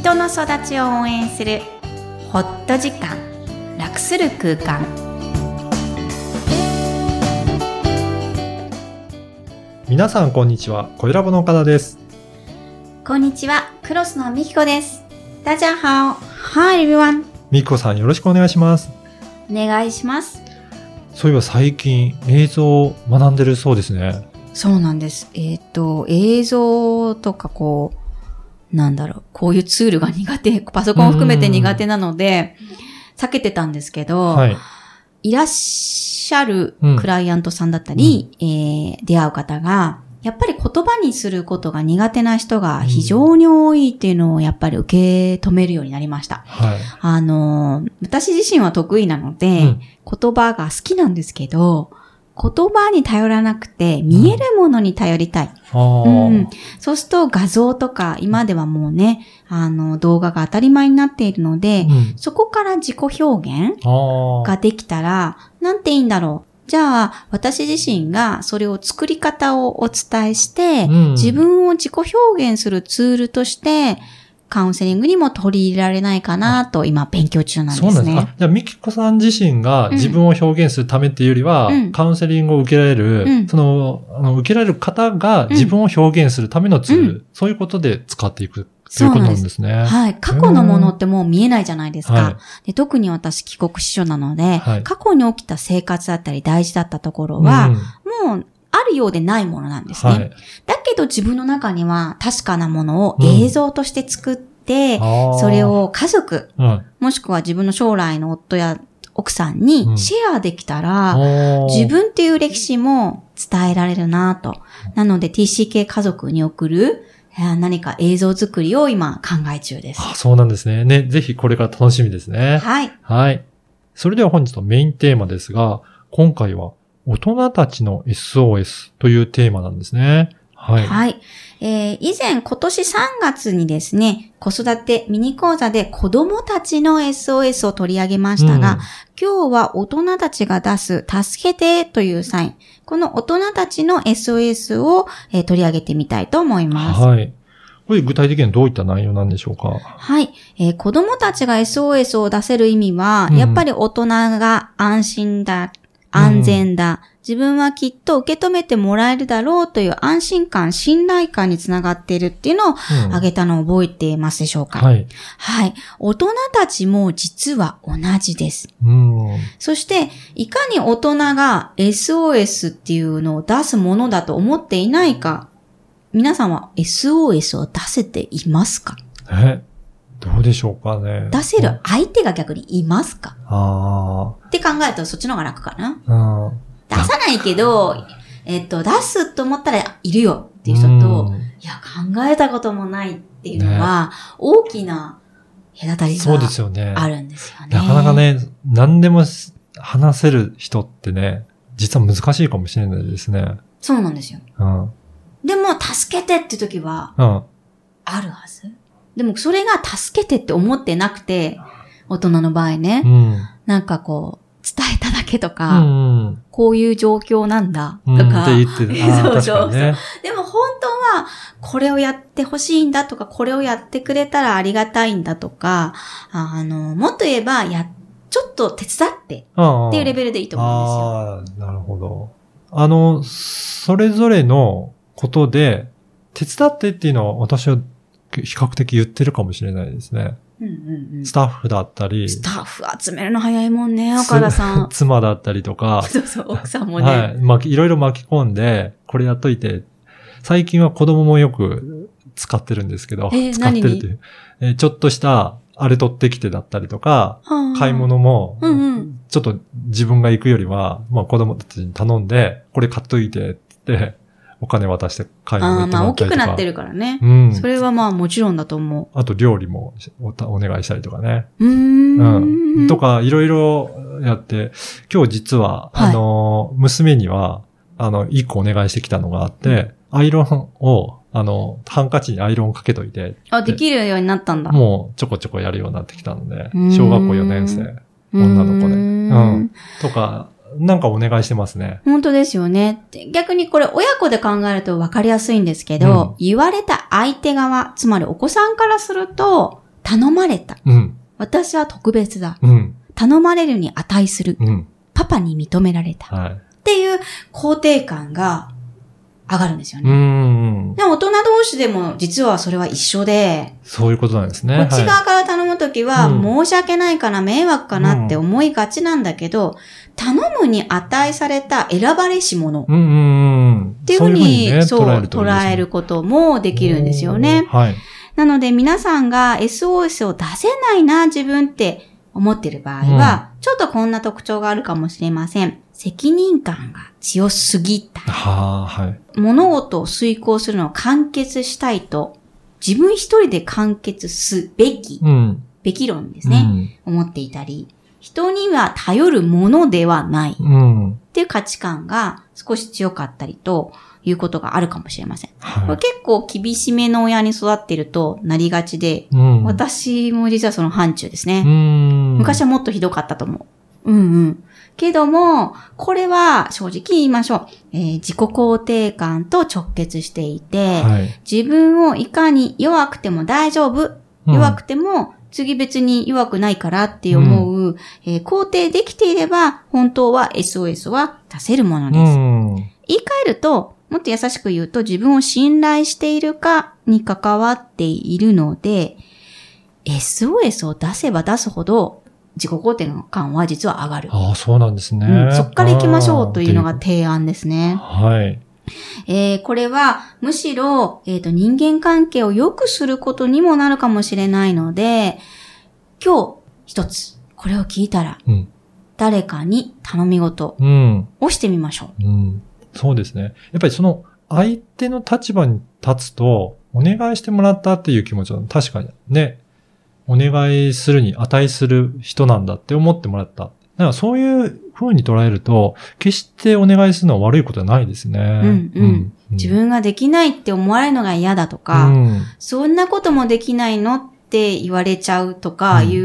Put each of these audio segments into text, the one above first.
人の育ちを応援するホット時間、楽する空間。 皆さんこんにちは、声ラボの岡田です。 こんにちは、クロスのみきこです。大家好。Hi everyone。 みきこさんよろしくお願いします。 お願いします。 そういえば最近映像を学んでるそうですね。 そうなんです。映像とかこういうツールが苦手、パソコンを含めて苦手なので、避けてたんですけど、 はい、 いらっしゃるクライアントさんだったり、出会う方が、やっぱり言葉にすることが苦手な人が非常に多いっていうのをやっぱり受け止めるようになりました。 はい、 私自身は得意なので、言葉が好きなんですけど、言葉に頼らなくて見えるものに頼りたい。そうすると画像とか今ではもうね、動画が当たり前になっているので、そこから自己表現ができたら、なんていいんだろう。じゃあ、私自身がそれを作り方をお伝えして、自分を自己表現するツールとして、カウンセリングにも取り入れられないかなと今勉強中なんですね。 そうなんですか。じゃあ、みきこさん自身が自分を表現するためっていうよりは、カウンセリングを受けられる、受けられる方が自分を表現するためのツール、そういうことで使っていくということなんですね。 はい。過去のものってもう見えないじゃないですか。で、特に私帰国子女なので、過去に起きた生活だったり大事だったところは、もうあるようでないものなんですね。だけど自分の中には確かなものを映像として作って、それを家族、もしくは自分の将来の夫や奥さんにシェアできたら、自分っていう歴史も伝えられるなと。なので TCK 家族に送る何か映像作りを今考え中です。 そうなんですね。ね、ぜひこれから楽しみですね。 はい。 はい。それでは本日のメインテーマですが、今回は大人たちの SOS というテーマなんですね。はい。 はい。以前今年3月にですね、子育てミニ講座で子供たちの SOS を取り上げましたが、今日は大人たちが出す助けてというサイン。この大人たちの SOS を、取り上げてみたいと思います。 はい。これ具体的にはどういった内容なんでしょうか？ はい。子供たちが SOS を出せる意味は、やっぱり大人が安心だ、安全だ、自分はきっと受け止めてもらえるだろうという安心感、信頼感につながっているっていうのを挙げたのを覚えていますでしょうか？はい。はい。大人たちも実は同じです。そして、いかに大人が SOS っていうのを出すものだと思っていないか、皆さんは SOS を出せていますか？ どうでしょうかね。 出せる相手が逆にいますか？って考えるとそっちの方が楽かな。出さないけど、出すと思ったらいるよっていう人と、いや、考えたこともないっていうのは、大きな隔たりがあるんですよね。 なかなかね、何でも話せる人ってね、実は難しいかもしれないですね。 そうなんですよ。でも、助けてって時は、あるはず。でも、それが助けてって思ってなくて、大人の場合ね、なんかこう、伝えただけとか、こういう状況なんだとか、 って言ってる。そう。 でも本当は、これをやってほしいんだとか、これをやってくれたらありがたいんだとか、もっと言えば、ちょっと手伝ってっていうレベルでいいと思うんですよ。 なるほど。それぞれのことで、手伝ってっていうのは私は比較的言ってるかもしれないですね。スタッフだったり。 スタッフ集めるの早いもんね、岡田さん。 妻だったりとか。 そう、奥さんもね。 はい。いろいろ巻き込んで、これやっといて。最近は子供もよく使ってるんですけど。使ってるっていう。ちょっとした、あれ取ってきてだったりとか、買い物も、ちょっと自分が行くよりは、子供たちに頼んで、これ買っといてって、お金渡して買い物行ってもらったりとか。 大きくなってるからね。それはもちろんだと思う。 あと料理もお願いしたりとかね。とか、いろいろやって、今日実は、娘には、一個お願いしてきたのがあって、アイロンを、ハンカチにアイロンかけといて。 できるようになったんだ。 もうちょこちょこやるようになってきたので、小学校4年生、女の子で。とか、なんかお願いしてますね。 本当ですよね。逆にこれ親子で考えると分かりやすいんですけど、言われた相手側、つまりお子さんからすると、 頼まれた。 うん、 私は特別だ。 うん、 頼まれるに値する。 うん、 パパに認められた。 はい、 っていう肯定感が上がるんですよね。 でも大人同士でも実はそれは一緒で。 そういうことなんですね。 こっち側から頼むときは、申し訳ないかな、迷惑かなって思いがちなんだけど、頼むに値された選ばれし者。っていうふうに、捉えることもできるんですよね。 はい。 なので皆さんが SOS を出せないな、自分って思っている場合は、ちょっとこんな特徴があるかもしれません。責任感が強すぎた。 はい。 物事を遂行するのを完結したいと、自分一人で完結すべき、べき論ですね、思っていたり、人には頼るものではない、っていう価値観が少し強かったりということがあるかもしれません。 はい、 これ結構厳しめの親に育っているとなりがちで、私も実はその範疇ですね。昔はもっとひどかったと思う。けども、これは正直言いましょう。自己肯定感と直結していて、自分をいかに弱くても大丈夫、弱くても次別に弱くないからって思う、肯定できていれば、本当は SOS は出せるものです。言い換えると、もっと優しく言うと自分を信頼しているかに関わっているので、SOS を出せば出すほど、自己肯定感は実は上がる。 ああ、そうなんですね。 そっから行きましょうというのが提案ですね。 はい。 これはむしろ、人間関係を良くすることにもなるかもしれないので、今日一つこれを聞いたら、誰かに頼み事をしてみましょう。 そうですね。やっぱりその相手の立場に立つと、お願いしてもらったっていう気持ちは確かにね、お願いするに値する人なんだって思ってもらった。だからそういう風に捉えると、決してお願いするのは悪いことはないですね。 自分ができないって思われるのが嫌だとか、そんなこともできないのって言われちゃうとかいう、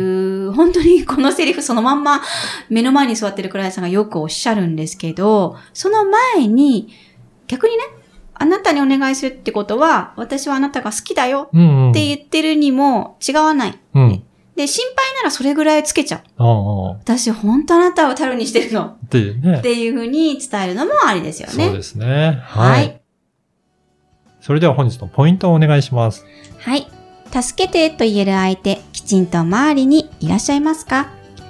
本当にこのセリフそのまんま目の前に座ってるクライアントさんがよくおっしゃるんですけど、その前に逆にね、あなたにお願いするってことは、私はあなたが好きだよって言ってるにも違わない。で、心配ならそれぐらいつけちゃう。私、本当あなたを頼りにしてるの。っていうふうに伝えるのもありですよね。 そうですね。はい。それでは本日のポイントをお願いします。 はい。助けてと言える相手、きちんと周りにいらっしゃいますか？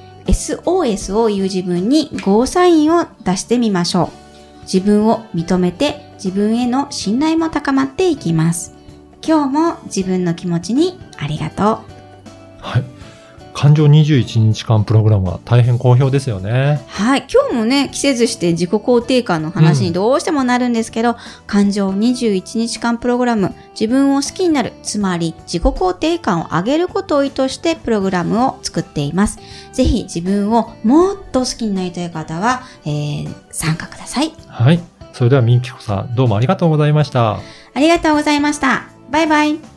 SOS を言う自分にゴーサインを出してみましょう。自分を認めて自分への信頼も高まっていきます。今日も自分の気持ちにありがとう。 はい。感情21日間プログラムは大変好評ですよね。 はい。今日もね、季節して自己肯定感の話にどうしてもなるんですけど、感情21日間プログラム、自分を好きになる、つまり自己肯定感を上げることを意図してプログラムを作っています。ぜひ自分をもっと好きになりたい方は、参加ください。 はい。それではみきこさん、どうもありがとうございました。 ありがとうございました。バイバイ。